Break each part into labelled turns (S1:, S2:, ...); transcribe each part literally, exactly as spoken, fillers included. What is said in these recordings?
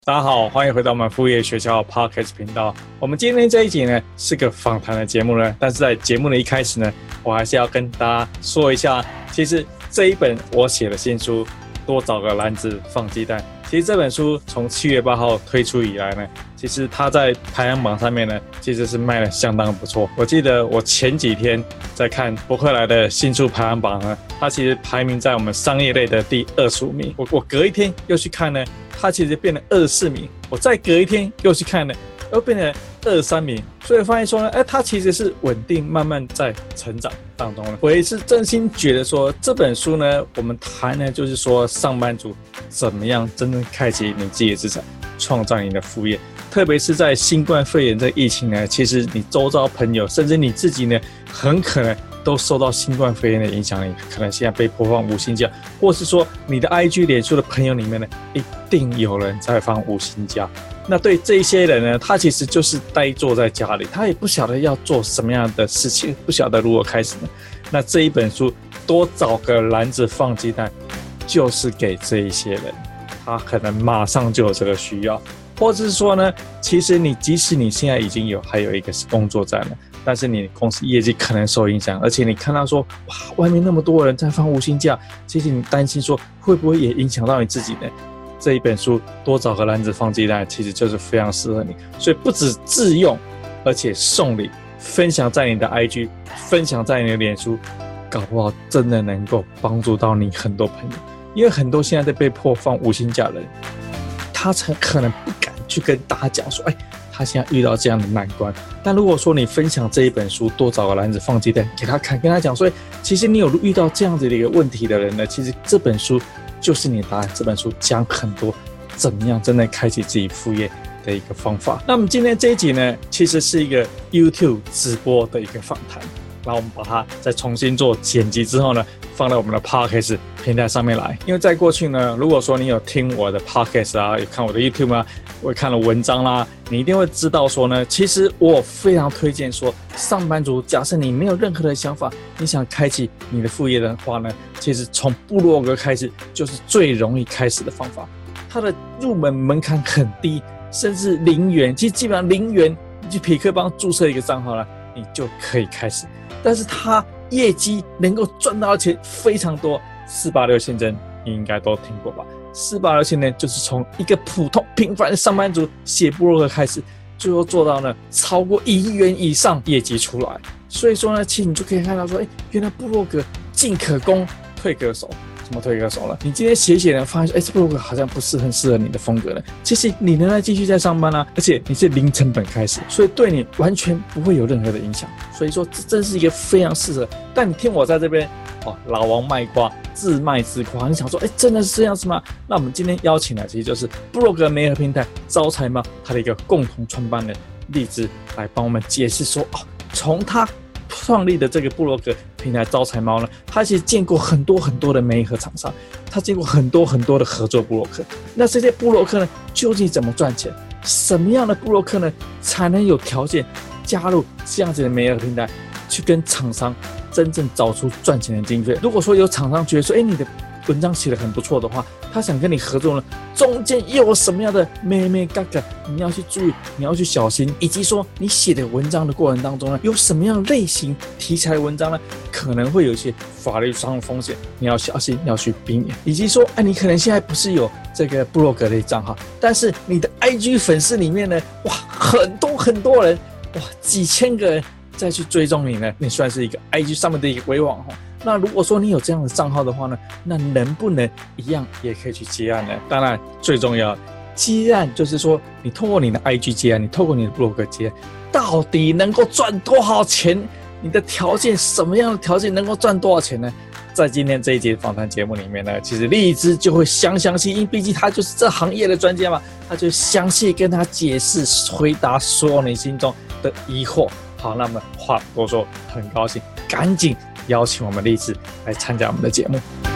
S1: 大家好，欢迎回到我们副业学校 Podcast 频道。我们今天这一集呢是个访谈的节目呢，但是在节目的一开始呢，我还是要跟大家说一下，其实这一本我写的新书《多找个篮子放鸡蛋》，其实这本书从七月八号推出以来呢，其实它在排行榜上面呢，其实是卖得相当不错。我记得我前几天在看博客来的新书排行榜呢，它其实排名在我们商业类的第二十五名。我我隔一天又去看呢，它其实变成二十四名。我再隔一天又去看呢，又变成二十三名。所以发现说呢，哎，它其实是稳定慢慢在成长当中了。我也是真心觉得说，这本书呢，我们谈呢就是说上班族怎么样真正开启你自己的资产，创造你的副业。特别是在新冠肺炎这个疫情呢，其实你周遭朋友甚至你自己呢，很可能都受到新冠肺炎的影响，你可能现在被迫放无薪假，或是说你的 I G 脸书的朋友里面呢，一定有人在放无薪假。那对这些人呢，他其实就是呆坐在家里，他也不晓得要做什么样的事情，不晓得如何开始呢。那这一本书多找个篮子放鸡蛋，就是给这一些人，他可能马上就有这个需要。或者是说呢，其实你即使你现在已经有还有一个工作在了，但是你公司业绩可能受影响，而且你看到说哇，外面那么多人在放无薪假，其实你担心说会不会也影响到你自己呢？这一本书多找个篮子放鸡蛋，其实就是非常适合你。所以不止自用，而且送礼，分享在你的 I G， 分享在你的脸书，搞不好真的能够帮助到你很多朋友。因为很多现在在被迫放无薪假的人，他才可能不敢去跟大家讲说，哎，他现在遇到这样的难关。但如果说你分享这一本书，多找个篮子放鸡蛋给他看，跟他讲说，其实你有遇到这样子的一个问题的人呢，其实这本书就是你的答案。这本书讲很多怎么样真的开启自己副业的一个方法。那我们今天这一集呢，其实是一个 YouTube 直播的一个访谈，然后我们把它再重新做剪辑之后呢，放到我们的 Podcast 平台上面来。因为在过去呢，如果说你有听我的 Podcast 啊，有看我的 YouTube 啊，我看了文章啦，你一定会知道说呢，其实我非常推荐说，上班族假设你没有任何的想法，你想开启你的副业的话呢，其实从部落格开始就是最容易开始的方法。它的入门门槛很低，甚至零元，其实基本上零元，你去匹克帮注册一个账号了，你就可以开始。但是它业绩能够赚到的钱非常多，四八六现增你应该都听过吧？四八六现增就是从一个普通平凡的上班族写部落格开始，最后做到呢超过一亿元以上业绩出来。所以说呢，其实你就可以看到说，哎，原来部落格进可攻，退可守。怎么退可守了？你今天写写呢，发现哎，这部落格好像不是很适合你的风格呢。其实你仍然继续在上班啊，而且你是零成本开始，所以对你完全不会有任何的影响。所以说，这真是一个非常适合。但你听我在这边哦，老王卖瓜，自卖自夸，你想说，哎，真的是这样子吗？那我们今天邀请的其实就是部落格媒合平台招财猫它的一个共同创办人荔枝来帮我们解释说，哦，从他创立的这个部落格平台招财猫呢，他其实见过很多很多的媒合厂商，他见过很多很多的合作部落客。那这些部落客呢，究竟怎么赚钱？什么样的部落客呢，才能有条件加入这样子的媒合平台，去跟厂商真正找出赚钱的经费？如果说有厂商觉得说，哎，你的文章写得很不错的话，他想跟你合作呢，中间又有什么样的妹妹嘎嘎，你要去注意，你要去小心，以及说你写的文章的过程当中呢，有什么样类型题材的文章呢，可能会有一些法律上的风险，你要小心，要去避免。以及说，哎，你可能现在不是有这个部落格的账号，但是你的 I G 粉丝里面呢，哇，很多很多人，哇，几千个人再去追踪你呢，你算是一个 I G 上面的一个微网红。那如果说你有这样的账号的话呢，那能不能一样也可以去接案呢？当然最重要接案就是说，你透过你的 I G 接案，你透过你的部落格接案，到底能够赚多少钱？你的条件什么样的条件能够赚多少钱呢？在今天这一节访谈节目里面呢，其实荔枝就会详详细，因为毕竟他就是这行业的专家嘛，他就详细跟他解释，回答所有你心中的疑惑。好，那么话不多说，很高兴，赶紧邀请我们荔枝来参加我们的节目。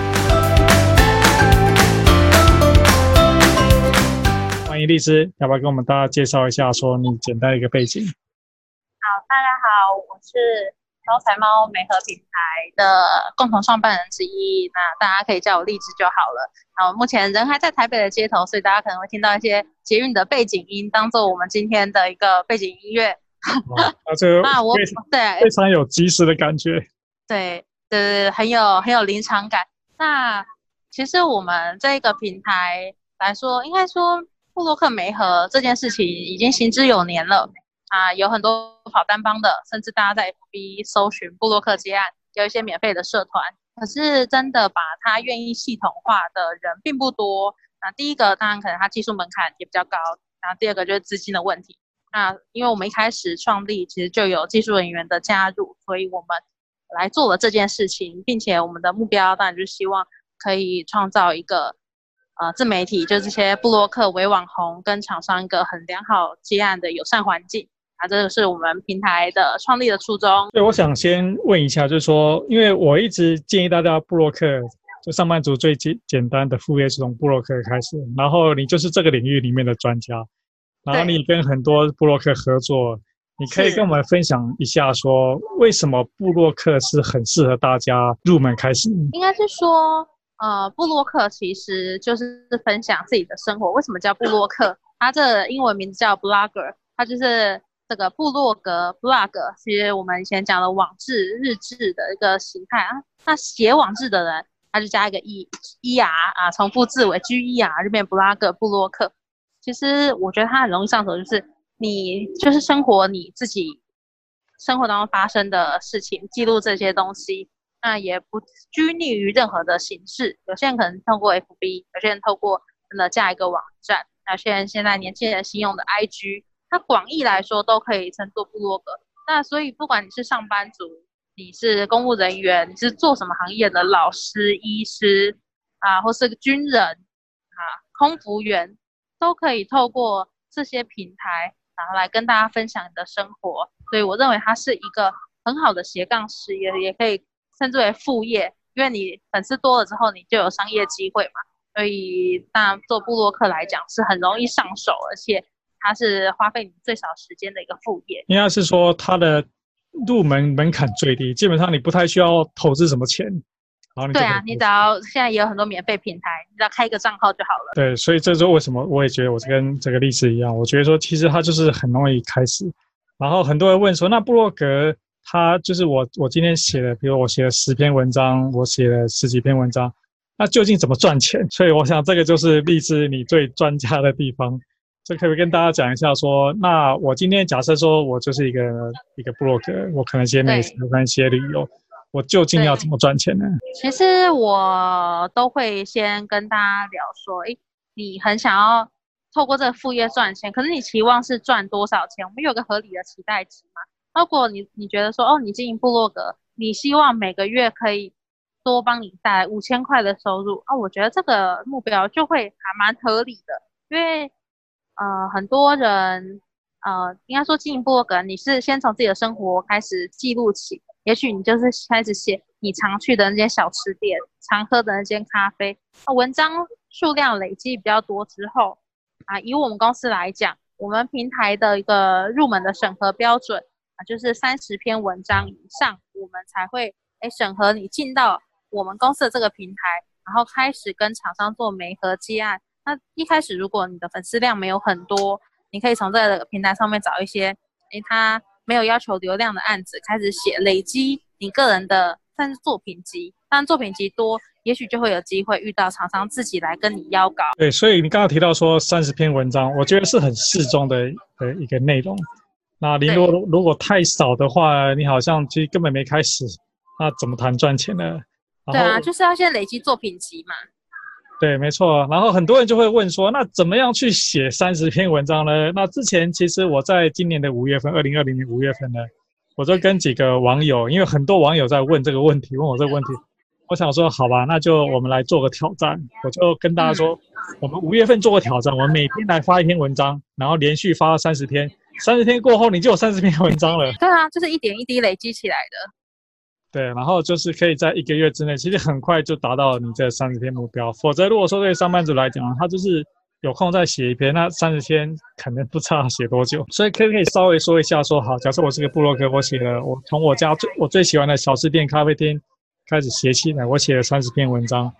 S1: 欢迎荔枝，要不要跟我们大家介绍一下，说你简单的一个背景？
S2: 好，大家好，我是招财猫媒合品牌的共同创办人之一，那大家可以叫我荔枝就好了。那我目前人还在台北的街头，所以大家可能会听到一些捷运的背景音，当做我们今天的一个背景音乐。
S1: 哇，那这个
S2: 那我对
S1: 非常有即时的感觉。
S2: 对对对，很有很有临场感。那其实我们这个平台来说，应该说部落客媒合这件事情已经行之有年了啊，有很多跑单帮的，甚至大家在 F B 搜寻部落客接案，有一些免费的社团。可是真的把它愿意系统化的人并不多。那第一个当然可能它技术门槛也比较高，然后第二个就是资金的问题。那因为我们一开始创立其实就有技术人员的加入，所以我们来做了这件事情，并且我们的目标当然就是希望可以创造一个呃自媒体，就是这些部落客为网红跟厂商一个很良好接案的友善环境。啊，这个是我们平台的创立的初衷。
S1: 对，我想先问一下，就是说，因为我一直建议大家部落客，就上班族最简简单的副业是从部落客开始，然后你就是这个领域里面的专家，然后你跟很多部落客合作，你可以跟我们分享一下说，为什么部落客是很适合大家入门开始？
S2: 应该是说，呃，部落客其实就是分享自己的生活。为什么叫部落客？它这英文名字叫 blogger， 它就是这个部落格 blog， 其实我们以前讲的网志、日志的一个形态啊。那写网志的人，他就加一个 e e r 啊，重复字尾 g e r 就变 blog 部落客。其实我觉得它很容易上手，就是你就是生活你自己生活当中发生的事情，记录这些东西，那也不拘泥于任何的形式。有些人可能透过 F B， 有些人透过真的架一个网站，有些人现在年轻人新用的 I G。它广义来说都可以称作部落格。那所以不管你是上班族，你是公务人员，你是做什么行业的老师、医师啊，或是军人啊、空服员，都可以透过这些平台，然后来跟大家分享你的生活。所以我认为它是一个很好的斜杠事业，也可以称之为副业，因为你粉丝多了之后，你就有商业机会嘛。所以当然做部落客来讲是很容易上手，而且它是花费你最少时间的一个副业。
S1: 应该是说它的入门门槛最低，基本上你不太需要投资什么钱。然后你
S2: 对啊，你只要现在也有很多免费平台，你只要开一个账号就好了。
S1: 对，所以这就是为什么我也觉得我是跟这个例子一样，我觉得说其实它就是很容易开始。然后很多人问说，那部落格它就是我我今天写的，比如我写了十篇文章，我写了十几篇文章，那究竟怎么赚钱？所以我想这个就是励志你最专家的地方。这可不可以跟大家讲一下说，那我今天假设说我就是一个一个部落格，我可能写美食，我可能写旅游，我究竟要怎么赚钱呢？
S2: 其实我都会先跟大家聊说，诶，你很想要透过这个副业赚钱，可是你期望是赚多少钱？我们有个合理的期待值嘛？如果你你觉得说，哦，你经营部落格，你希望每个月可以多帮你带来五千块的收入啊，我觉得这个目标就会还蛮合理的，因为呃很多人呃应该说经营部落格，你是先从自己的生活开始记录起，也许你就是开始写你常去的那间小吃店，常喝的那间咖啡，那文章数量累积比较多之后啊，以我们公司来讲，我们平台的一个入门的审核标准啊，就是三十篇文章以上，我们才会诶审核你进到我们公司的这个平台，然后开始跟厂商做媒合接案。那一开始如果你的粉丝量没有很多，你可以从这个平台上面找一些诶他没有要求流量的案子开始写，累积你个人的算是作品集。当然作品集多，也许就会有机会遇到厂商自己来跟你邀稿。
S1: 对，所以你刚刚提到说三十篇文章，我觉得是很适中的的一个内容。那你如果如果太少的话，你好像其实根本没开始，那怎么谈赚钱呢？
S2: 对啊，就是要先累积作品集嘛。
S1: 对，没错。然后很多人就会问说，那怎么样去写三十篇文章呢？那之前其实我在今年的五月份，二零二零年五月份呢，我就跟几个网友，因为很多网友在问这个问题，问我这个问题，我想说，好吧，那就我们来做个挑战。我就跟大家说，嗯、我们五月份做个挑战，我们每天来发一篇文章，然后连续发三十天，三十天过后你就有三十篇文章了。
S2: 对啊，就是一点一滴累积起来的。
S1: 对，然后就是可以在一个月之内，其实很快就达到你这三十天目标。否则，如果说对上班族来讲，他就是有空再写一篇，那三十天可能不知道写多久。所以可不可以稍微说一下说，好，假设我是个部落格，我写了，我从我家最我最喜欢的小吃店、咖啡厅开始写起来，我写了三十篇文章。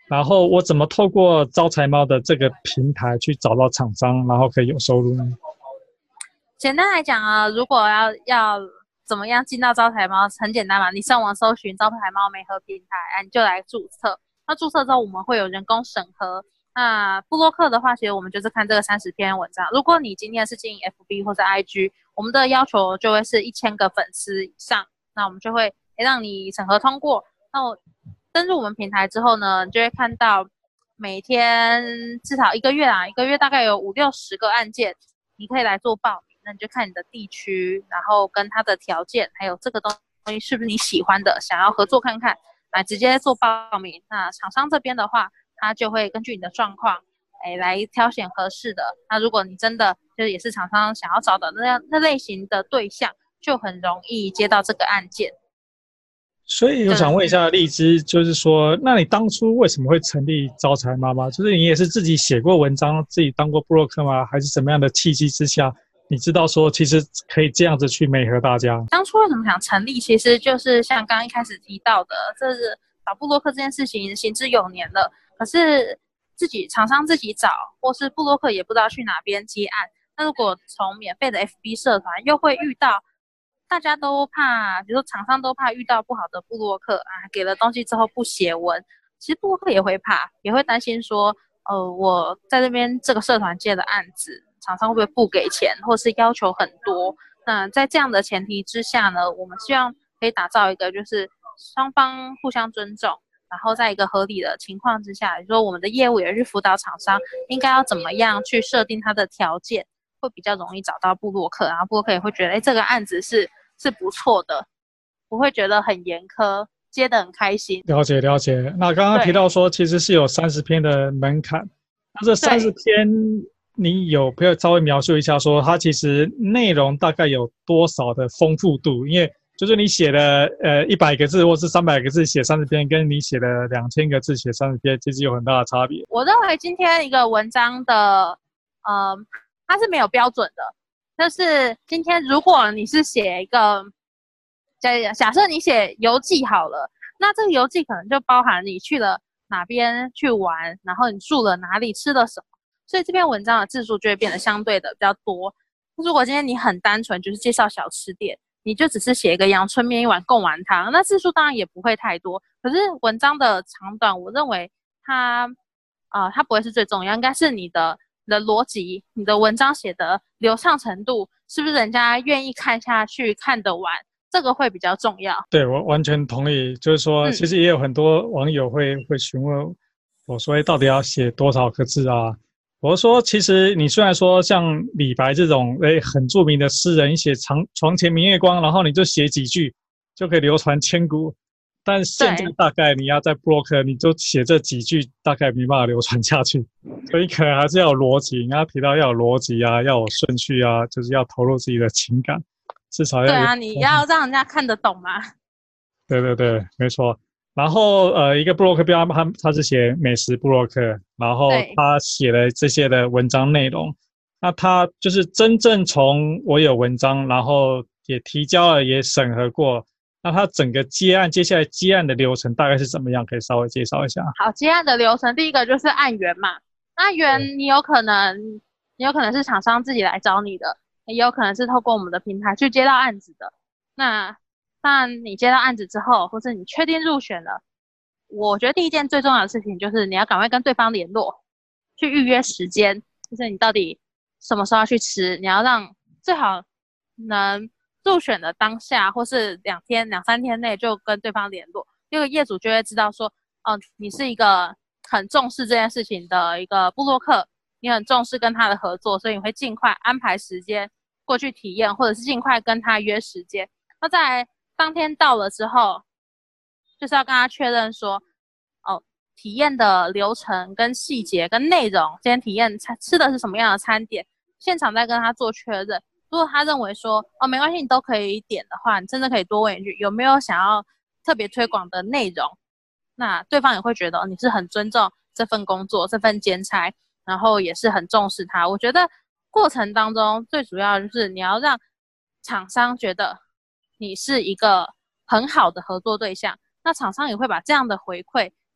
S1: 然后我怎么透过招财猫的这个平台去找到厂商，然后可以有收入呢？
S2: 简单来讲啊，如果要要怎么样进到招财猫，很简单嘛，你上网搜寻招财猫媒合平台，啊，你就来注册。那注册之后，我们会有人工审核。那部落客的话，其实我们就是看这个三十篇文章。如果你今天是经营 F B 或者 I G， 我们的要求就会是一千个粉丝以上，那我们就会让你审核通过。那我登入我们平台之后呢，你就会看到每天至少一个月啊，一个月大概有五六十个案件，你可以来做报名。那你就看你的地区，然后跟它的条件，还有这个东西是不是你喜欢的，想要合作看看，来直接做报名。那厂商这边的话，他就会根据你的状况，哎，来挑选合适的。那如果你真的就是也是厂商想要找的那样那类型的对象，就很容易接到这个案件。
S1: 所以我想问一下荔枝，就是说，那你当初为什么会成立招财妈妈？就是你也是自己写过文章，自己当过部落客吗？还是什么样的契机之下，你知道说其实可以这样子去媒合大家？
S2: 当初为什么想成立，其实就是像刚刚一开始提到的，这是找部落客这件事情行之有年了，可是自己厂商自己找，或是部落客也不知道去哪边接案。那如果从免费的 F B 社团，又会遇到大家都怕，比如说厂商都怕遇到不好的部落客啊，给了东西之后不写文。其实部落客也会怕，也会担心说，呃，我在这边这个社团接的案子，厂商会不会不给钱，或是要求很多？那在这样的前提之下呢，我们希望可以打造一个就是双方互相尊重，然后在一个合理的情况之下，比如说我们的业务也是辅导厂商应该要怎么样去设定它的条件，会比较容易找到部落客，然后部落客也会觉得，哎，这个案子是是不错的，不会觉得很严苛，接得很开心。
S1: 了解了解。那刚刚提到说，其实是有三十篇的门槛，那这三十篇你有没有稍微描述一下说，它其实内容大概有多少的丰富度？因为就是你写了呃一百个字或是三百个字写三十篇，跟你写了两千个字写三十篇，其实有很大的差别。
S2: 我认为今天一个文章的，呃，它是没有标准的。就是今天如果你是写一个，假假设你写游记好了，那这个游记可能就包含你去了哪边去玩，然后你住了哪里，吃了什么，所以这篇文章的字数就会变得相对的比较多。如果今天你很单纯，就是介绍小吃店，你就只是写一个阳春面一碗贡丸汤，那字数当然也不会太多。可是文章的长短，我认为它，呃，它不会是最重要，应该是你的你的逻辑，你的文章写的流畅程度，是不是人家愿意看下去看得完，这个会比较重要。
S1: 对，我完全同意。就是说，其实也有很多网友会、嗯、会询问我说，到底要写多少个字啊？我说，其实你虽然说像李白这种诶很著名的诗人，写床床前明月光，然后你就写几句就可以流传千古，但现在大概你要在部落客，你就写这几句，大概没办法流传下去，所以可能还是要有逻辑。你刚刚提到要有逻辑啊，要有顺序啊，就是要投入自己的情感，至少要
S2: 对啊，你要让人家看得懂嘛。
S1: 对对对，没错。然后呃，一个部落客标他他是写美食部落客，然后他写了这些的文章内容。那他就是真正从我有文章，然后也提交了，也审核过。那他整个接案，接下来接案的流程大概是怎么样？可以稍微介绍一下。
S2: 好，接案的流程，第一个就是案源嘛。案源你有可能，你有可能是厂商自己来找你的，也有可能是透过我们的平台去接到案子的。那当然，你接到案子之后，或是你确定入选了，我觉得第一件最重要的事情就是你要赶快跟对方联络，去预约时间，就是你到底什么时候要去吃，你要让最好能入选的当下，或是两天、两三天内就跟对方联络，这个业主就会知道说，哦，你是一个很重视这件事情的一个部落客，你很重视跟他的合作，所以你会尽快安排时间过去体验，或者是尽快跟他约时间。那在当天到了之后，就是要跟他确认说，哦，体验的流程跟细节跟内容，今天体验吃的是什么样的餐点，现场再跟他做确认。如果他认为说，哦，没关系，你都可以点的话，你真的可以多问一句，有没有想要特别推广的内容？那对方也会觉得，哦，你是很尊重这份工作、这份兼差，然后也是很重视他。我觉得过程当中最主要就是你要让厂商觉得你是一个很好的合作对象，那厂商也会把这样的回馈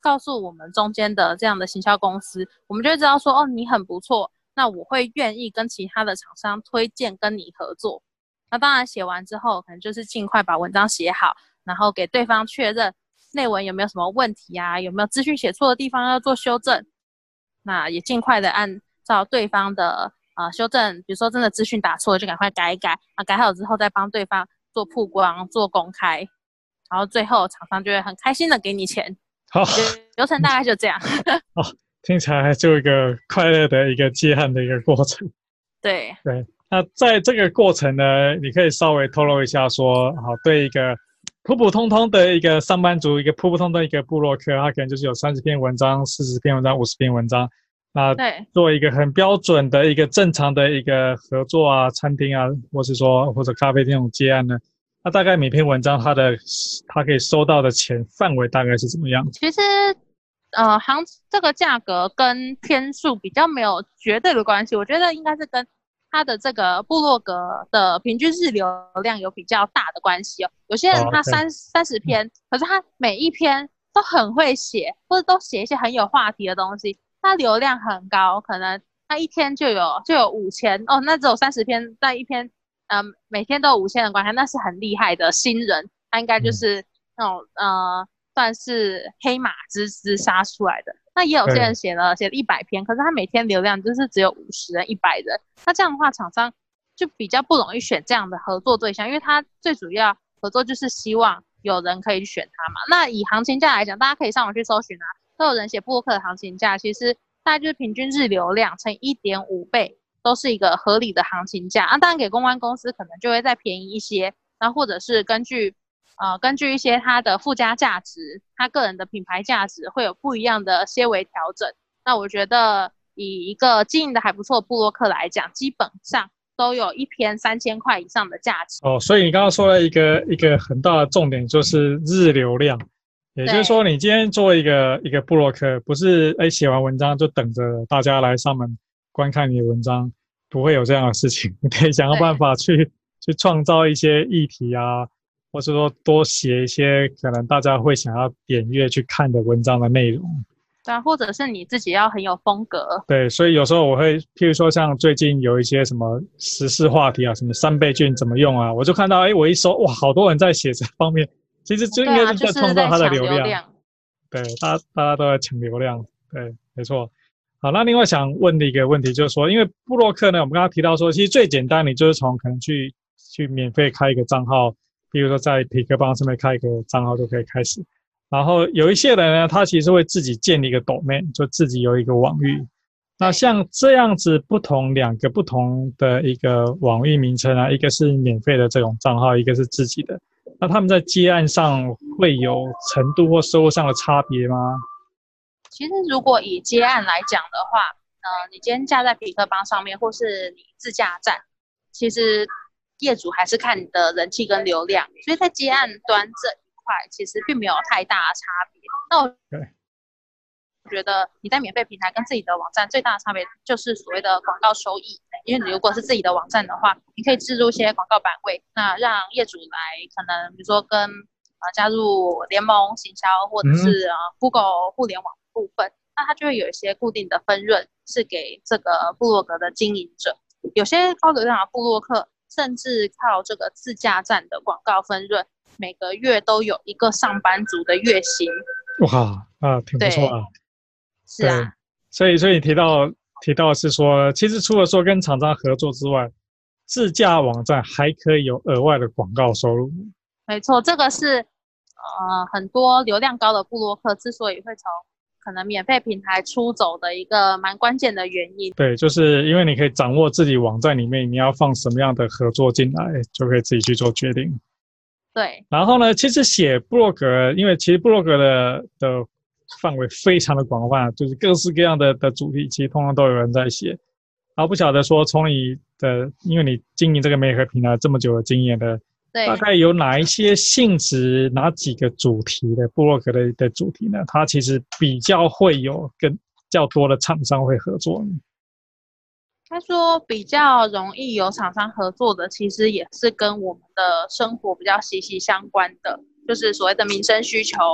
S2: 告诉我们中间的这样的行销公司，我们就会知道说，哦，你很不错，那我会愿意跟其他的厂商推荐跟你合作。那当然写完之后，可能就是尽快把文章写好，然后给对方确认内文有没有什么问题啊，有没有资讯写错的地方要做修正。那也尽快的按照对方的呃修正，比如说真的资讯打错了，就赶快改一改啊，改好之后再帮对方做曝光、做公开，然后最后厂商就会很开心的给你钱。
S1: 好，
S2: 流程大概就这样。
S1: 哦，听起来就一个快乐的一个接案的一个过程。
S2: 对
S1: 对，那在这个过程呢，你可以稍微透露一下说，好，对一个普普通通的一个上班族，一个普普通通的一个部落客，他可能就是有三十篇文章、四十篇文章、五十篇文章。那做一个很标准的一个正常的一个合作啊，餐厅啊，或是说或者咖啡店这种接案呢，那大概每篇文章它的它可以收到的钱范围大概是怎么样？
S2: 其实呃，行这个价格跟篇数比较没有绝对的关系，我觉得应该是跟它的这个部落格的平均日流量有比较大的关系哦。有些人他三三十篇，可是他每一篇都很会写，或者都写一些很有话题的东西，他流量很高，可能他一天就有就有五千哦，那只有三十篇，在一篇，呃，每天都有五千人观看，那是很厉害的新人，他应该就是那种、嗯、呃，算是黑马之之杀出来的。那也有些人写了写了一百篇，可是他每天流量就是只有五十人、一百人，那这样的话，厂商就比较不容易选这样的合作对象，因为他最主要合作就是希望有人可以去选他嘛。那以行情价来讲，大家可以上网去搜寻啊，都有人写部落客的行情价，其实大概就是平均日流量乘 一点五 倍，都是一个合理的行情价。啊，当然给公关公司可能就会再便宜一些，然后或者是根据呃根据一些它的附加价值，它个人的品牌价值会有不一样的些微调整。那我觉得以一个经营的还不错的部落客来讲，基本上都有一篇三千块以上的价值。
S1: 哦，所以你刚刚说了一个一个很大的重点，就是日流量。也就是说，你今天做一个一个部落客，不是哎写完文章就等着大家来上门观看你的文章，不会有这样的事情。你可以想个办法去去创造一些议题啊，或是说多写一些可能大家会想要点阅去看的文章的内容。
S2: 对啊，或者是你自己要很有风格。
S1: 对，所以有时候我会，譬如说像最近有一些什么时事话题啊，什么三倍券怎么用啊，我就看到哎，我一搜哇，好多人在写这方面。其实就应该是在创造它的流量，
S2: 对啊，
S1: 对，大家大家都在抢流量，对，没错。好，那另外想问的一个问题就是说，因为部落客呢，我们刚刚提到说，其实最简单，你就是从可能去去免费开一个账号，比如说在痞客邦上面开一个账号就可以开始。然后有一些人呢，他其实会自己建立一个 domain， 就自己有一个网域。那像这样子不同两个不同的一个网域名称啊，一个是免费的这种账号，一个是自己的。那他们在接案上会有程度或收入上的差别吗？
S2: 其实如果以接案来讲的话，呃，你今天架在痞客邦上面，或是你自驾站，其实业主还是看你的人气跟流量，所以在接案端这一块其实并没有太大的差别。那我觉得你在免费平台跟自己的网站最大的差别就是所谓的广告收益，因为你如果是自己的网站的话，你可以置入一些广告版位，那让业主来可能比如说跟呃加入联盟行销或者是呃 Google 互联网部分，那它就会有一些固定的分润是给这个部落格的经营者。有些高流量的部落客甚至靠这个自驾站的广告分润，每个月都有一个上班族的月薪。
S1: 哇，啊，挺不错啊。
S2: 是啊，
S1: 所以所以提到提到是说，其实除了说跟厂商合作之外，自驾网站还可以有额外的广告收入。
S2: 没错，这个是呃很多流量高的部落客之所以会从可能免费平台出走的一个蛮关键的原因。
S1: 对，就是因为你可以掌握自己网站里面你要放什么样的合作进来，就可以自己去做决定。
S2: 对，然
S1: 后呢，其实写部落格，因为其实部落格的的范围非常的广泛，就是各式各样的的主题，其实通常都有人在写。然后不晓得说从你的，因为你经营这个媒合平台这么久的经验的，大概有哪一些性质、哪几个主题的部落格的的主题呢？它其实比较会有跟较多的厂商会合作呢。
S2: 他说比较容易有厂商合作的，其实也是跟我们的生活比较息息相关的，就是所谓的民生需求。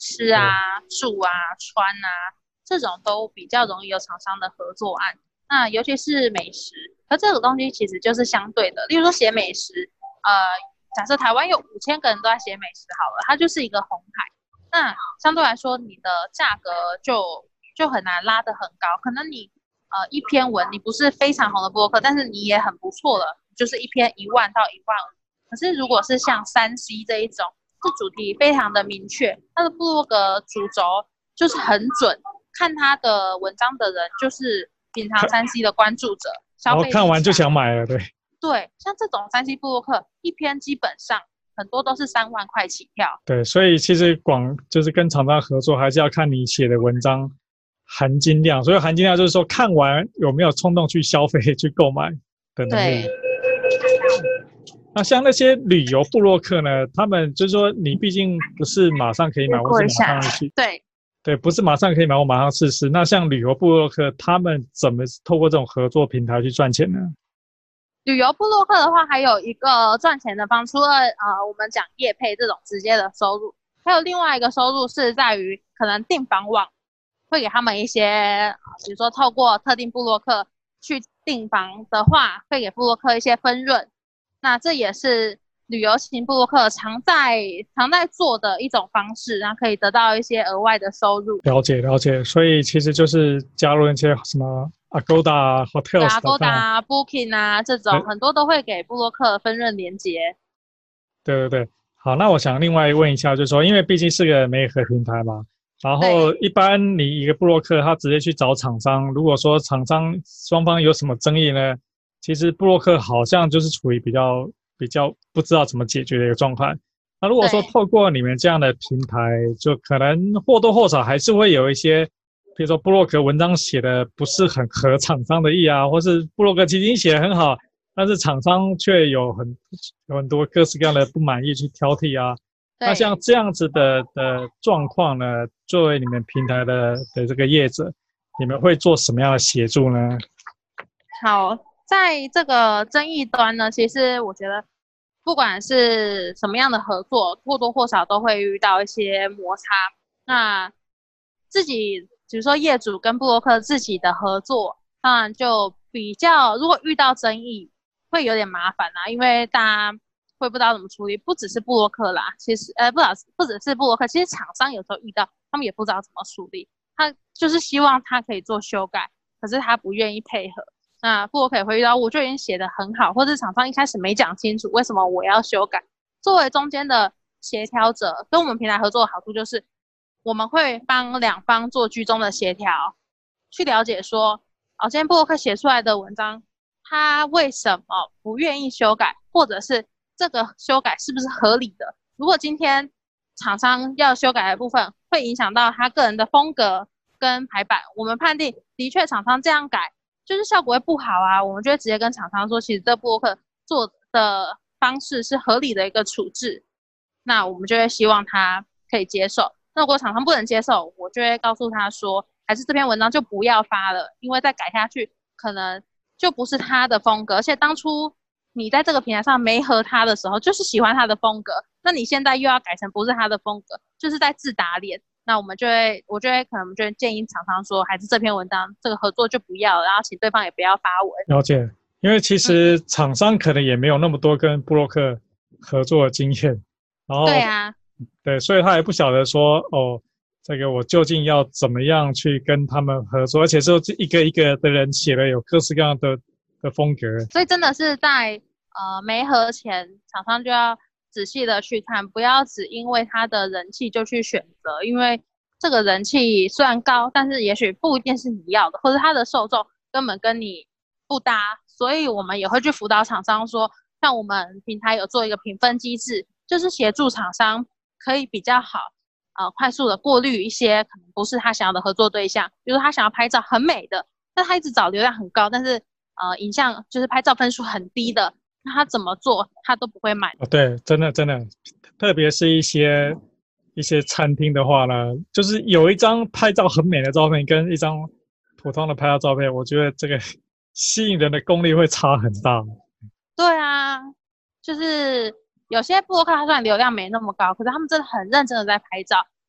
S2: 吃啊、住啊、穿啊，这种都比较容易有厂商的合作案。那尤其是美食，可这个东西其实就是相对的。例如说写美食，呃，假设台湾有五千个人都在写美食好了，它就是一个红海。那相对来说，你的价格就就很难拉得很高。可能你呃一篇文你不是非常红的部落客，但是你也很不错了，就是一篇一万到一万五。可是如果是像三 C 这一种，这主题非常的明确，它的部落格主轴就是很准，看他的文章的人就是平常三 C 的关注者，消费力
S1: 看完就想买了，对
S2: 对，像这种三 C 部落客一篇基本上很多都是三万块起跳。
S1: 对，所以其实广就是跟厂商合作，还是要看你写的文章含金量。所以含金量就是说，看完有没有冲动去消费、去购买的能力。那像那些旅游部落客呢，他们就是说，你毕竟不是马上可以买，或是马上去，
S2: 对
S1: 对，不是马上可以买，我马上试试。那像旅游部落客，他们怎么透过这种合作平台去赚钱呢？
S2: 旅游部落客的话，还有一个赚钱的方，除了呃我们讲业配这种直接的收入，还有另外一个收入是在于可能订房网会给他们一些，比如说透过特定部落客去订房的话，会给部落客一些分润。那这也是旅游型部落客常在常在做的一种方式，然后可以得到一些额外的收入。
S1: 了解了解，所以其实就是加入一些什么 Agoda Hotels、
S2: Agoda、Booking 啊这种，很多都会给部落客分润连结。
S1: 对对对，好，那我想另外问一下，就是说，因为毕竟是个媒合平台嘛，然后一般你一个部落客他直接去找厂商，如果说厂商双方有什么争议呢？其实部落客好像就是处于比较比较不知道怎么解决的一个状况。那如果说透过你们这样的平台，就可能或多或少还是会有一些，比如说部落格文章写的不是很合厂商的意啊，或是部落格其实写得很好，但是厂商却有很有很多各式各样的不满意去挑剔啊。那像这样子的的状况呢，作为你们平台的的这个业者，你们会做什么样的协助呢？
S2: 好。在这个争议端呢，其实我觉得不管是什么样的合作，或多或少都会遇到一些摩擦。那自己比如说业主跟部落客自己的合作，当然就比较，如果遇到争议会有点麻烦啦，因为大家会不知道怎么处理。不只是部落客啦，其实呃不不只是部落客，其实厂商有时候遇到他们也不知道怎么处理，他就是希望他可以做修改，可是他不愿意配合。那部落客也会遇到，我就已经写得很好，或者厂商一开始没讲清楚为什么我要修改。作为中间的协调者，跟我们平台合作的好处就是，我们会帮两方做居中的协调，去了解说，哦，今天部落客写出来的文章，他为什么不愿意修改，或者是这个修改是不是合理的？如果今天厂商要修改的部分会影响到他个人的风格跟排版，我们判定的确厂商这样改就是效果会不好啊，我们就会直接跟厂商说，其实这部落客做的方式是合理的一个处置，那我们就会希望他可以接受。那如果厂商不能接受，我就会告诉他说，还是这篇文章就不要发了，因为再改下去可能就不是他的风格，而且当初你在这个平台上没合他的时候，就是喜欢他的风格，那你现在又要改成不是他的风格，就是在自打脸。那我们就会，我就会可能我们就会建议厂商说，还是这篇文章这个合作就不要了，然后请对方也不要发文。
S1: 了解，因为其实厂商可能也没有那么多跟部落客合作的经验，然后
S2: 对啊，
S1: 对，所以他也不晓得说哦，这个我究竟要怎么样去跟他们合作，而且是一个一个的人写了有各式各样的的风格，
S2: 所以真的是在呃没合前，厂商就要仔细的去看，不要只因为他的人气就去选择，因为这个人气虽然高，但是也许不一定是你要的，或者他的受众根本跟你不搭，所以我们也会去辅导厂商说，像我们平台有做一个评分机制，就是协助厂商可以比较好呃快速的过滤一些可能不是他想要的合作对象，比如说他想要拍照很美的，但他一直找流量很高，但是呃影像就是拍照分数很低的，那他怎么做他都不会买。
S1: 哦，对，真的真的，特别是一些一些餐厅的话呢，就是有一张拍照很美的照片跟一张普通的拍照照片，我觉得这个吸引人的功力会差很大。
S2: 对啊，就是有些部落客他虽然流量没那么高，可是他们真的很认真的在拍照，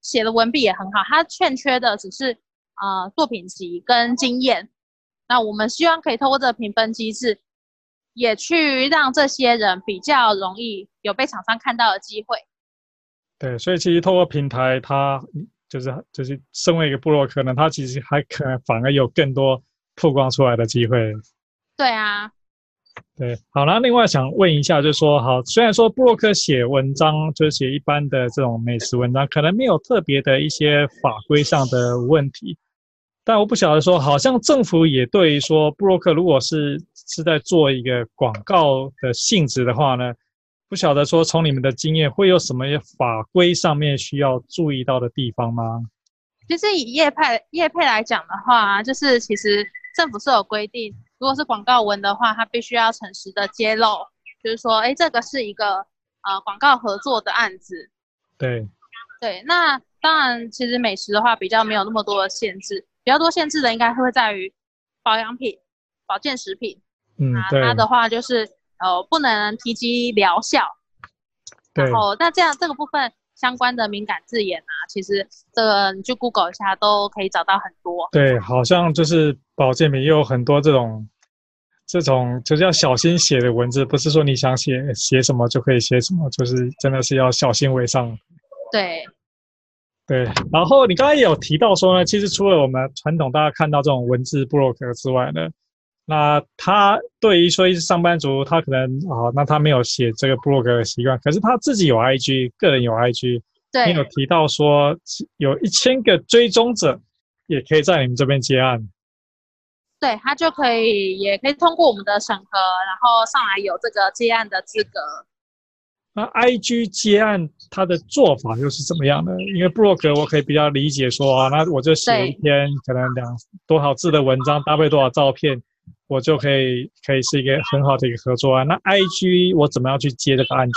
S2: 写的文笔也很好，他欠缺的只是呃作品集跟经验。那我们希望可以透过这个评分机制，也去让这些人比较容易有被厂商看到的机会。
S1: 对，所以其实透过平台，它就是就是身为一个部落客呢，它其实还可能反而有更多曝光出来的机会。
S2: 对啊。
S1: 对，好，那另外想问一下，就是说，好，虽然说部落客写文章，就是写一般的这种美食文章，可能没有特别的一些法规上的问题，但我不晓得说，好像政府也对于说部落客如果是是在做一个广告的性质的话呢，不晓得说从你们的经验会有什么法规上面需要注意到的地方吗？
S2: 其实以业配业配来讲的话，就是其实政府是有规定，如果是广告文的话，它必须要诚实的揭露，就是说，哎，这个是一个呃广告合作的案子。
S1: 对
S2: 对，那当然，其实美食的话比较没有那么多的限制，比较多限制的应该会在于保养品、保健食品。
S1: 嗯，对。
S2: 那它的话就是呃不能提及疗效。
S1: 对。
S2: 然后那这样这个部分相关的敏感字眼啊，其实这个你去 Google 一下都可以找到很多。
S1: 对，好像就是保健品也有很多这种这种就是要小心写的文字，不是说你想写写什么就可以写什么，就是真的是要小心为上。
S2: 对。
S1: 对，然后你刚才也有提到说呢，其实除了我们传统大家看到这种文字部落格之外呢，那他对于说上班族，他可能啊，那他没有写这个部落格的习惯，可是他自己有 I G， 个人有 I G，
S2: 对，
S1: 你有提到说有一千个追踪者，也可以在你们这边接案。
S2: 对，他就可以，也可以通过我们的审核，然后上来有这个接案的资格。
S1: 那 I G 接案它的做法又是怎么样的？因为部落格我可以比较理解说啊，那我就写一篇可能两多少字的文章，搭配多少照片，我就可以可以是一个很好的一个合作案。那 I G 我怎么样去接这个案子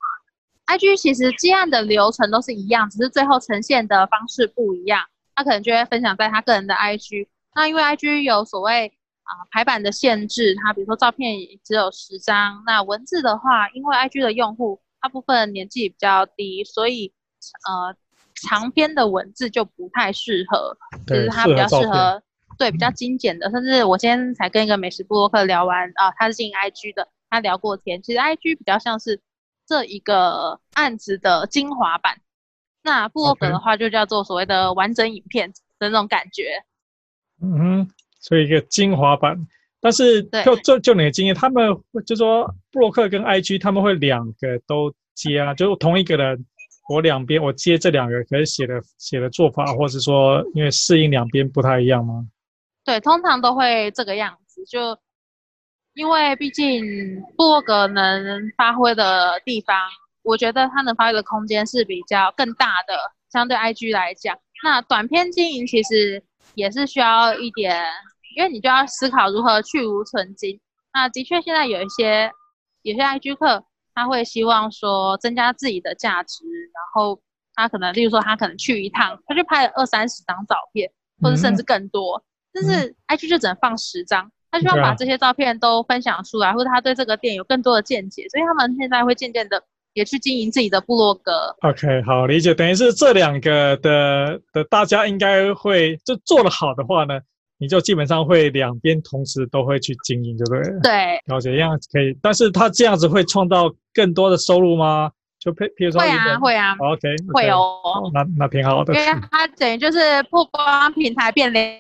S2: ？I G 其实接案的流程都是一样，只是最后呈现的方式不一样。他可能就会分享在他个人的 I G。那因为 I G 有所谓啊、呃、排版的限制，它比如说照片只有十张，那文字的话，因为 I G 的用户大部分年纪比较低，所以呃长篇的文字就不太适合，就是它比较适合对比较精简的。甚至我今天才跟一个美食部落客聊完啊、呃，他是进 I G 的，他聊过天，其实 I G 比较像是这一个案子的精华版，那部落格的话就叫做所谓的完整影片的那种感觉。
S1: 嗯哼，所以一个精华版。但是就就就你的经验，他们就说部落客跟 I G 他们会两个都接啊，就同一个人，我两边我接这两个，可是写的写的做法，或是说因为适应两边不太一样吗？
S2: 对，通常都会这个样子，就因为毕竟部落格能发挥的地方，我觉得它能发挥的空间是比较更大的，相对 I G 来讲，那短篇经营其实也是需要一点。因为你就要思考如何去无存精。那的确，现在有一些有些 I G 客，他会希望说增加自己的价值，然后他可能，例如说他可能去一趟，他就拍了二三十张照片，或者甚至更多。嗯、但是 I G 就只能放十张，他希望把这些照片都分享出来，或者他对这个店有更多的见解，所以他们现在会渐渐的也去经营自己的部落格。
S1: OK， 好，理解。等于是这两个的的大家应该会就做得好的话呢？你就基本上会两边同时都会去经营，对不对？
S2: 对，
S1: 了解，一样可以。但是他这样子会创造更多的收入吗？就譬譬如说，
S2: 会啊，会啊
S1: ，OK，, okay
S2: 会哦。
S1: 那那挺好的。
S2: 因为它等于就是曝光平台变两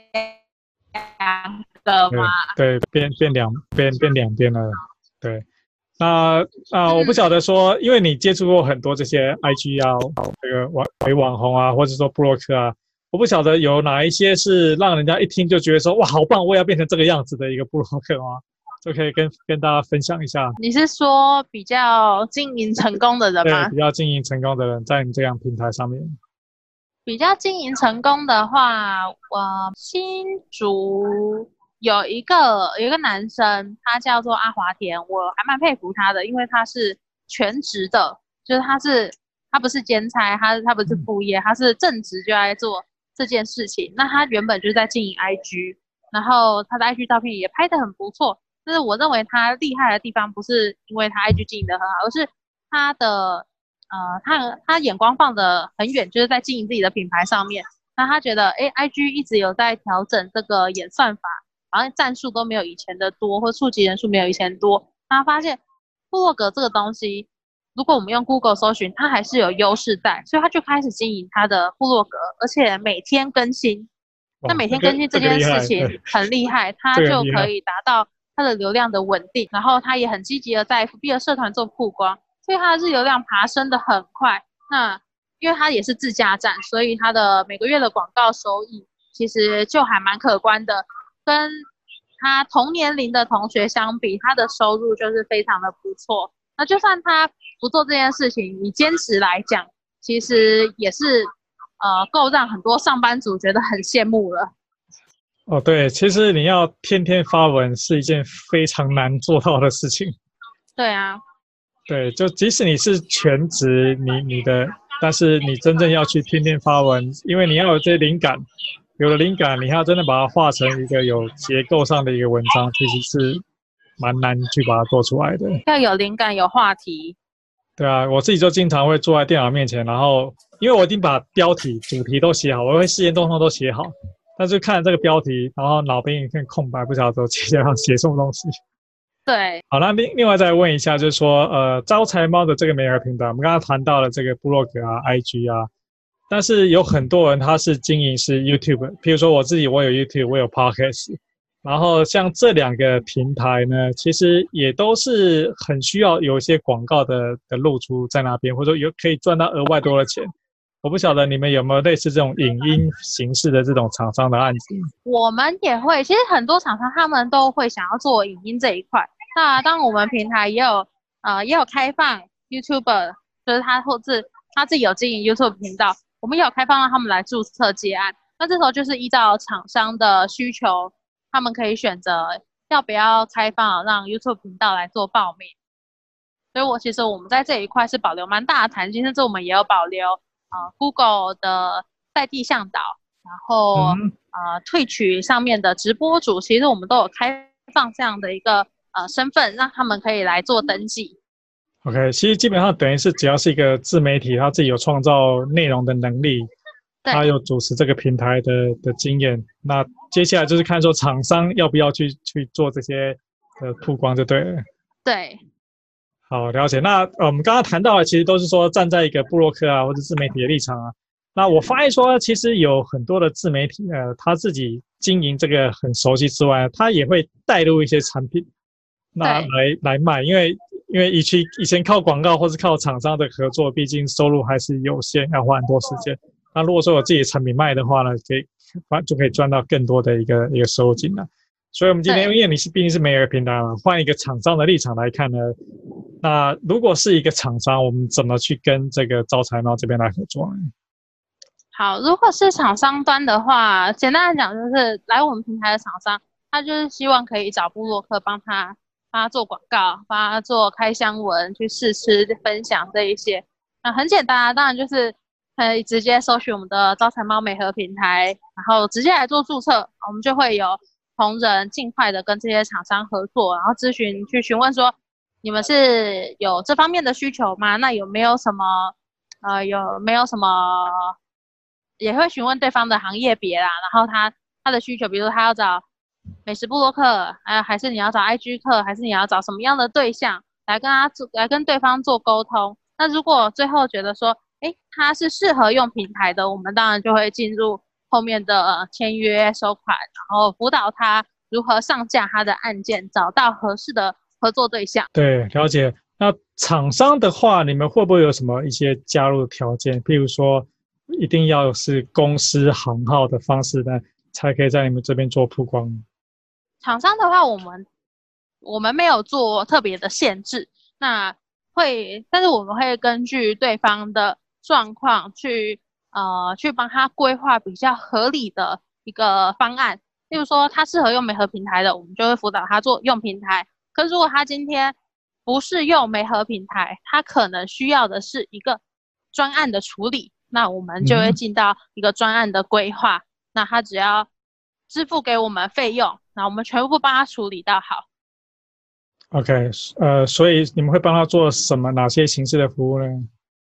S2: 个嘛。
S1: 对，对变变两变变两边了。对，那啊，我不晓得说，嗯、因为你接触过很多这些 I G 啊，这个网为网红啊，或者说部落客啊。我不晓得有哪一些是让人家一听就觉得说哇好棒，我也要变成这个样子的一个部落客吗？就可以跟跟大家分享一下。
S2: 你是说比较经营成功的人吗？
S1: 对，比较经营成功的人在你这样平台上面。
S2: 比较经营成功的话，我新竹有一个有一个男生，他叫做阿华田，我还蛮佩服他的，因为他是全职的，就是他是他不是兼差，他他不是副业，他是正职就在做这件事情。那他原本就是在经营 I G， 然后他的 I G 照片也拍得很不错。但是我认为他厉害的地方不是因为他 I G 经营得很好，而是他的呃，他他眼光放得很远，就是在经营自己的品牌上面。那他觉得，哎，I G 一直有在调整这个演算法，好像赞数都没有以前的多，或触及人数没有以前多。他发现部落格这个东西，如果我们用 Google 搜寻，它还是有优势在，所以他就开始经营他的部落格，而且每天更新。那每天更新这件事情很厉害，他就可以达到他的流量的稳定，然后他也很积极的在 F B 的社团做曝光，所以他的日流量爬升的很快。那因为他也是自家站，所以他的每个月的广告收益其实就还蛮可观的，跟他同年龄的同学相比，他的收入就是非常的不错。那就算他不做这件事情，以坚持来讲，其实也是呃够让很多上班族觉得很羡慕了。
S1: 哦，对，其实你要天天发文是一件非常难做到的事情。
S2: 对啊，
S1: 对，就即使你是全职，你你的，但是你真正要去天天发文，因为你要有这些灵感，有了灵感，你要真的把它画成一个有结构上的一个文章，其实是蛮难去把它做出来的。
S2: 要有灵感，有话题。
S1: 对啊，我自己就经常会坐在电脑面前，然后因为我已经把标题、主题都写好，我会事先通通都写好，但是看这个标题，然后脑边一片空白，不晓得接下来要写什么东西。
S2: 对，
S1: 好，那另另外再问一下，就是说，呃，招财猫的这个媒合平台，我们刚刚谈到了这个部落格啊、I G 啊，但是有很多人他是经营是 YouTube， 譬如说我自己，我有 YouTube， 我有 Podcast， 然后像这两个平台呢，其实也都是很需要有一些广告的的露出在那边，或者说有可以赚到额外多的钱。我不晓得你们有没有类似这种影音形式的这种厂商的案子？
S2: 我们也会，其实很多厂商他们都会想要做影音这一块。那当我们平台也有呃也有开放 YouTuber， 就是他或是他自己有经营 YouTube 频道，我们也有开放让他们来注册接案。那这时候就是依照厂商的需求，他们可以选择要不要开放让 YouTube 频道来做报名。所以我其实我们在这一块是保留蛮大的弹性，甚至我们也有保留呃 Google 的在地向导，然后、嗯、呃 Twitch 上面的直播主，其实我们都有开放这样的一个呃身份，让他们可以来做登记。
S1: OK， 其实基本上等于是只要是一个自媒体，他自己有创造内容的能力，他有主持这个平台的的经验，那接下来就是看说厂商要不要去去做这些的曝光就对了。
S2: 对。
S1: 好，了解。那呃，我们刚刚谈到的其实都是说站在一个部落客啊或者自媒体的立场啊。那我发现说，其实有很多的自媒体，呃，他自己经营这个很熟悉之外，他也会带入一些产品，那来来卖。因为因为以前以前靠广告或是靠厂商的合作，毕竟收入还是有限，要花很多时间。那如果说有自己的产品卖的话呢，可以就可以赚到更多的一个一个收入进来。所以我们今天因为你是毕竟是媒合平台嘛，换一个厂商的立场来看呢，那如果是一个厂商，我们怎么去跟这个招财猫这边来合作呢？
S2: 好，如果是厂商端的话，简单来讲就是来我们平台的厂商，他就是希望可以找部落客帮他帮他做广告，帮他做开箱文，去试吃分享这一些。那很简单啊，当然就是可以直接搜寻我们的招财猫媒合平台，然后直接来做注册，我们就会有同仁尽快的跟这些厂商合作，然后咨询去询问说，你们是有这方面的需求吗？那有没有什么呃有没有什么，也会询问对方的行业别啦，然后他他的需求，比如说他要找美食部落客，呃还是你要找 I G 客，还是你要找什么样的对象来跟他做来跟对方做沟通。那如果最后觉得说，诶他是适合用平台的，我们当然就会进入后面的签约收款，然后辅导他如何上架他的案件，找到合适的合作对象。
S1: 对，了解。那厂商的话，你们会不会有什么一些加入的条件？譬如说，一定要是公司行号的方式呢，才可以在你们这边做曝光？
S2: 厂商的话，我们我们没有做特别的限制，那会，但是我们会根据对方的状况去呃去帮他规划比较合理的一个方案。例如说，他适合用媒合平台的，我们就会辅导他做用平台。可是如果他今天不是用媒合平台，他可能需要的是一个专案的处理，那我们就会进到一个专案的规划。嗯、那他只要支付给我们费用，那我们全部帮他处理到好。
S1: OK， 呃，所以你们会帮他做什么哪些形式的服务呢？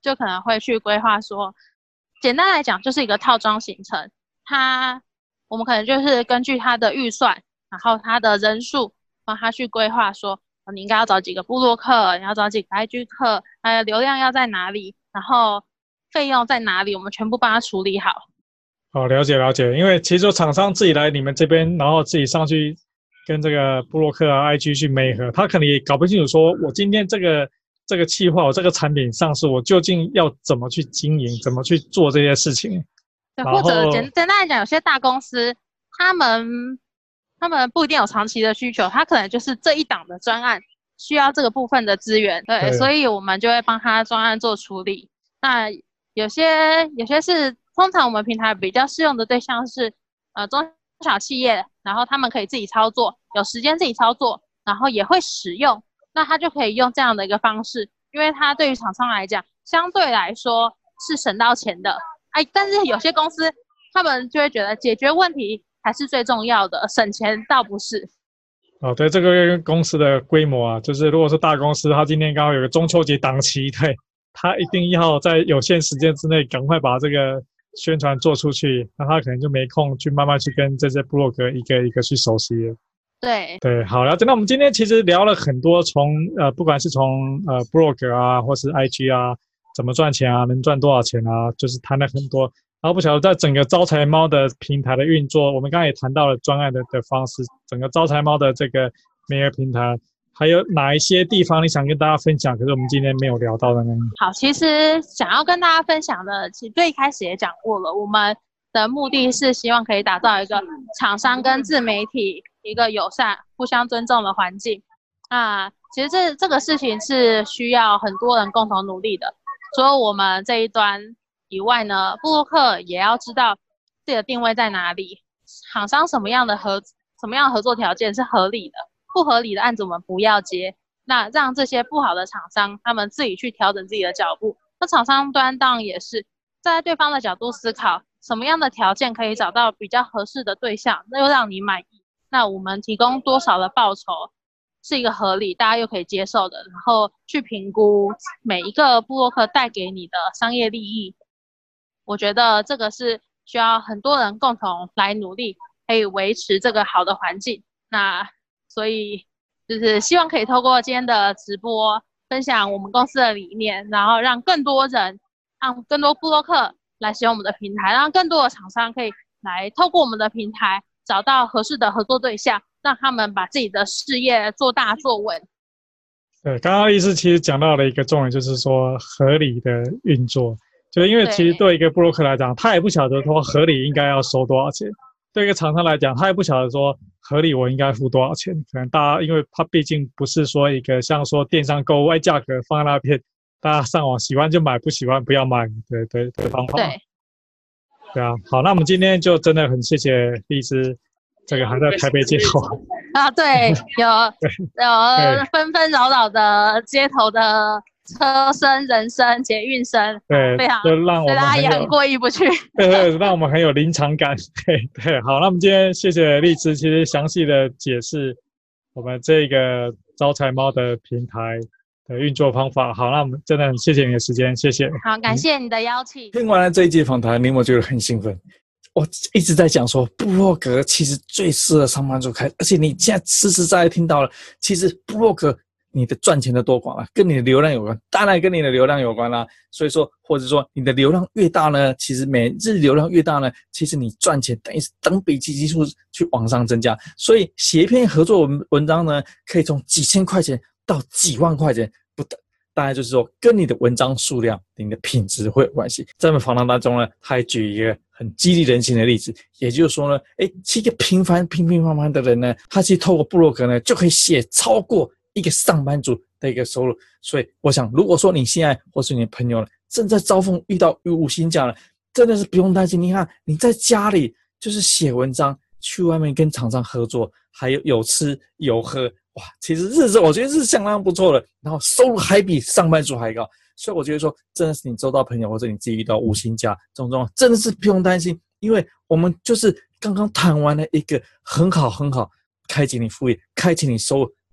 S2: 就可能会去规划说，简单来讲就是一个套装行程，它我们可能就是根据它的预算，然后它的人数，帮他去规划说，哦，你应该要找几个部落客，你要找几个 I G 客，还有流量要在哪里，然后费用在哪里，我们全部帮他处理好。
S1: 好，了解了解。因为其实厂商自己来你们这边，然后自己上去跟这个部落客啊、I G 去媒合，他可能也搞不清楚说，我今天这个这个企划，我这个产品上市，我究竟要怎么去经营，怎么去做这些事情。
S2: 对，或者简简单来讲，有些大公司他们他们不一定有长期的需求，他可能就是这一档的专案需要这个部分的资源，对，对，所以我们就会帮他专案做处理。那有些有些是通常我们平台比较适用的对象是呃中小企业，然后他们可以自己操作，有时间自己操作，然后也会使用，那他就可以用这样的一个方式，因为他对于厂商来讲，相对来说是省到钱的。哎，但是有些公司他们就会觉得解决问题才是最重要的，省钱倒不是。
S1: 哦，对，这个公司的规模啊，就是如果是大公司，他今天刚好有个中秋节档期，对，他一定要在有限时间之内赶快把这个宣传做出去，那他可能就没空去慢慢去跟这些部落格一个一个去熟悉了。
S2: 对
S1: 对，好了，那我们今天其实聊了很多从，呃，不管是从呃部落格啊，或是 I G 啊，怎么赚钱啊，能赚多少钱啊，就是谈了很多。然后不晓得在整个招财猫的平台的运作，我们刚刚也谈到了专案的的方式，整个招财猫的这个媒合平台，还有哪一些地方你想跟大家分享？可是我们今天没有聊到的呢？
S2: 好，其实想要跟大家分享的，其实最一开始也讲过了，我们的目的是希望可以打造一个厂商跟自媒体一个友善、互相尊重的环境。那其实这这个事情是需要很多人共同努力的。除了我们这一端以外呢，部落客也要知道自己的定位在哪里，厂商什么样的合什么样的合作条件是合理的，不合理的案子我们不要接。那让这些不好的厂商他们自己去调整自己的脚步。那厂商端当然也是站在对方的角度思考，什么样的条件可以找到比较合适的对象，那又让你满意，那我们提供多少的报酬是一个合理大家又可以接受的，然后去评估每一个部落客带给你的商业利益。我觉得这个是需要很多人共同来努力，可以维持这个好的环境。那所以就是希望可以透过今天的直播分享我们公司的理念，然后让更多人让更多部落客来使用我们的平台，让更多的厂商可以来透过我们的平台找到合适的合作对象，让他们把自己的事业做大做稳。
S1: 对，刚刚意思其实讲到了一个重点，就是说合理的运作。就因为其实对一个部落客来讲，他也不晓得说合理应该要收多少钱；对一个厂商来讲，他也不晓得说合理我应该付多少钱。可能大家因为他毕竟不是说一个像说电商购物外价格放在那边，大家上网喜欢就买，不喜欢不要买的的的方法。
S2: 对，
S1: 对啊，好，那我们今天就真的很谢谢荔枝，这个还在台北街头
S2: 啊，对，有有纷纷扰扰的街头的车声、人声、捷运声，
S1: 对，
S2: 非常
S1: 就让我们
S2: 大家也很过意不去。
S1: 对对，让我们很有临场感。对对，好，那我们今天谢谢荔枝，其实详细的解释我们这个招财猫的平台的运作方法。好，那我们真的很谢谢你的时间，谢谢。
S2: 好，感谢你的邀请。
S1: 听完了这一季访谈，你有没有觉得很兴奋？我一直在讲说，部落格其实最适合上班族开，而且你现在实实在在听到了，其实部落格你的赚钱的多寡啊，跟你的流量有关，当然跟你的流量有关啦、啊。所以说，或者说你的流量越大呢，其实每日流量越大呢，其实你赚钱等于是等比级基数去往上增加。所以写一篇合作文文章呢，可以从几千块钱到几万块钱不等。大概就是说，跟你的文章数量、你的品质会有关系。在我们访谈当中呢，他还举一个很激励人心的例子，也就是说呢，哎，是一个平凡、平平凡凡的人呢，他其实透过部落格呢，就可以写超过一个上班族的一个收入。所以，我想，如果说你现在或是你的朋友呢，正在遭逢遇到无薪假了，真的是不用担心。你看，你在家里就是写文章，去外面跟厂商合作，还有有吃有喝。哇，其实日子我觉得是相当不错的，然后收入还比上班族还高，所以我觉得说，真的是你周遭朋友或者你自己遇到无薪假这种状况，真的是不用担心，因为我们就是刚刚谈完了一个很好很好开启你副业、开启你收入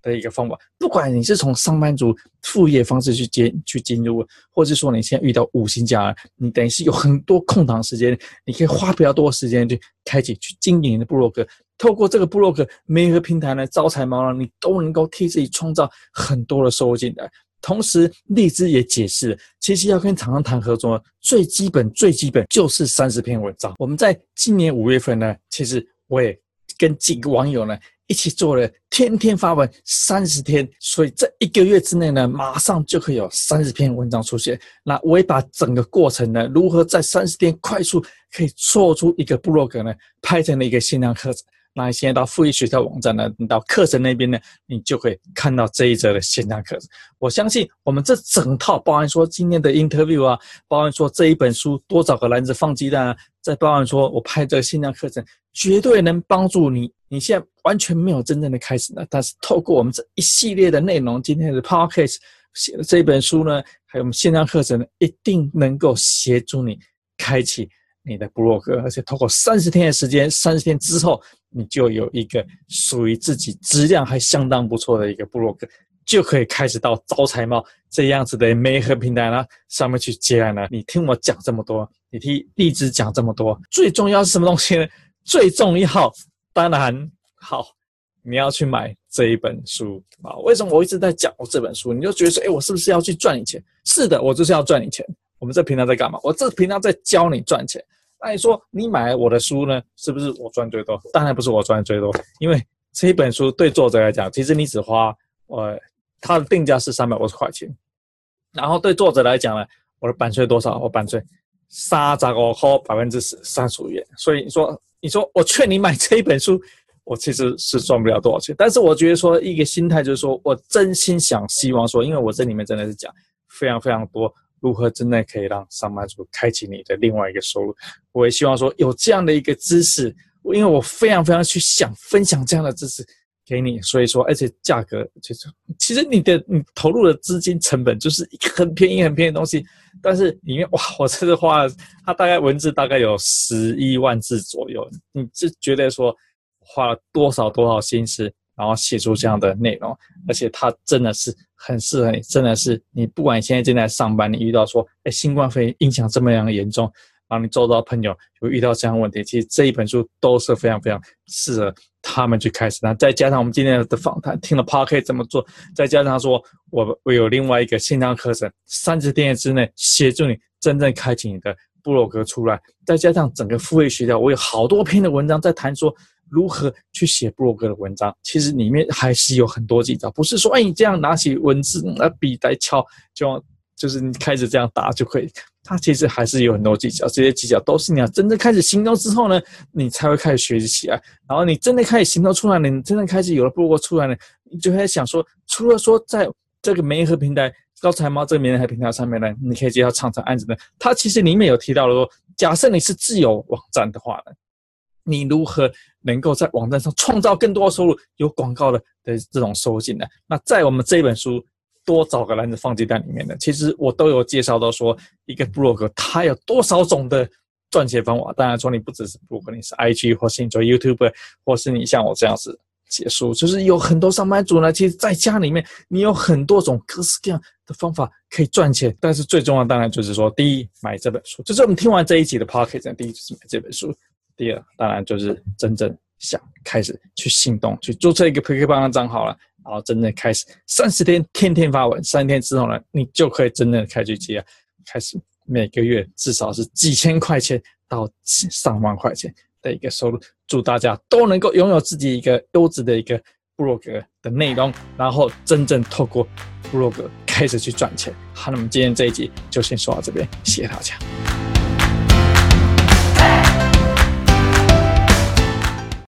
S1: 的一个方法。不管你是从上班族副业方式去接去进入，或是说你现在遇到五星家，你等于是有很多空档时间，你可以花比较多时间去开启去经营你的部落格。透过这个部落格每个平台呢，招财猫呢，你都能够替自己创造很多的收入进来。同时荔枝也解释了，其实要跟厂商谈合作，最基本最基本就是三十篇文章。我们在今年五月份呢，其实我也跟几个网友呢一起做了天天发文三十天，所以这一个月之内呢，马上就可以有三十篇文章出现。那我也把整个过程呢，如何在三十天快速可以做出一个部落格呢，拍成了一个线上课程。那你现在到副业学校网站呢，你到课程那边呢，你就可以看到这一则的线上课程。我相信我们这整套，包含说今天的 interview 啊，包含说这一本书多找个篮子放鸡蛋啊，再包含说我拍这个线上课程，绝对能帮助你。你现在完全没有真正的开始呢，但是透过我们这一系列的内容，今天的 podcast 写的这一本书呢，还有我们线上课程呢，一定能够协助你开启你的部落格，而且透过三十天的时间，三十天之后，你就有一个属于自己质量还相当不错的一个部落格，就可以开始到招财猫这样子的媒合平台呢上面去接案了。你听我讲这么多，你听荔枝讲这么多，最重要是什么东西呢？最重要，当然好，你要去买这一本书啊！为什么我一直在讲我这本书？你就觉得说，哎，我是不是要去赚你钱？是的，我就是要赚你钱。我们这频道在干嘛？我这频道在教你赚钱。那你说你买我的书呢，是不是我赚最多？当然不是我赚最多，因为这一本书对作者来讲，其实你只花呃，它的定价是三百五十块钱，然后对作者来讲呢，我的版税多少？我版税三十五块百分之十，三十五元。所以你说，你说我劝你买这一本书，我其实是赚不了多少钱。但是我觉得说一个心态就是说，我真心想希望说，因为我这里面真的是讲非常非常多。如何真的可以让上班族开启你的另外一个收入？我也希望说有这样的一个知识，因为我非常非常去想分享这样的知识给你，所以说，而且价格其实其实你的你投入的资金成本就是一个很便宜很便宜的东西，但是里面哇，我这次花了，它大概文字大概有十一万字左右，你就觉得说花了多少多少心思，然后写出这样的内容，而且它真的是很适合你，真的是你不管你现在正在上班，你遇到说，哎，新冠肺炎影响这么样的严重，然后你周遭朋友有遇到这样的问题，其实这一本书都是非常非常适合他们去开始。那再加上我们今天的访谈，听了 podcast 怎么做，再加上说我我有另外一个线上课程，三十天之内协助你真正开启你的部落格出来，再加上整个副业学校，我有好多篇的文章在谈说如何去写部落格的文章，其实里面还是有很多技巧，不是说哎你这样拿起文字拿笔来敲，就就是你开始这样打就可以，它其实还是有很多技巧，这些技巧都是你要真正开始行动之后呢，你才会开始学习起来，然后你真的开始行动出来了，你真的开始有了部落格出来了，你就会想说，除了说在这个媒合平台招财猫这个媒合平台上面呢，你可以接到厂商案子呢，它其实里面有提到了说，假设你是自有网站的话呢，你如何能够在网站上创造更多的收入，有广告的的这种收入进来？那在我们这一本书多找个篮子放鸡蛋里面的，其实我都有介绍到说，一个部落格它有多少种的赚钱方法。当然说你不只是部落格，你是 I G 或是你做 YouTuber， 或是你像我这样子写书，就是有很多上班族呢，其实在家里面你有很多种各式各样的方法可以赚钱。但是最重要的当然就是说，第一买这本书，就是我们听完这一集的 podcast， 第一就是买这本书。第二，当然就是真正想开始去行动，去注册一个 P K 帮账号了，然后真正开始三十天天天发文，三十天之后呢，你就可以真正开始接，开始每个月至少是几千块钱到上万块钱的一个收入。祝大家都能够拥有自己一个优质的一个部落格的内容，然后真正透过部落格开始去赚钱。好，那么今天这一集就先说到这边，谢谢大家。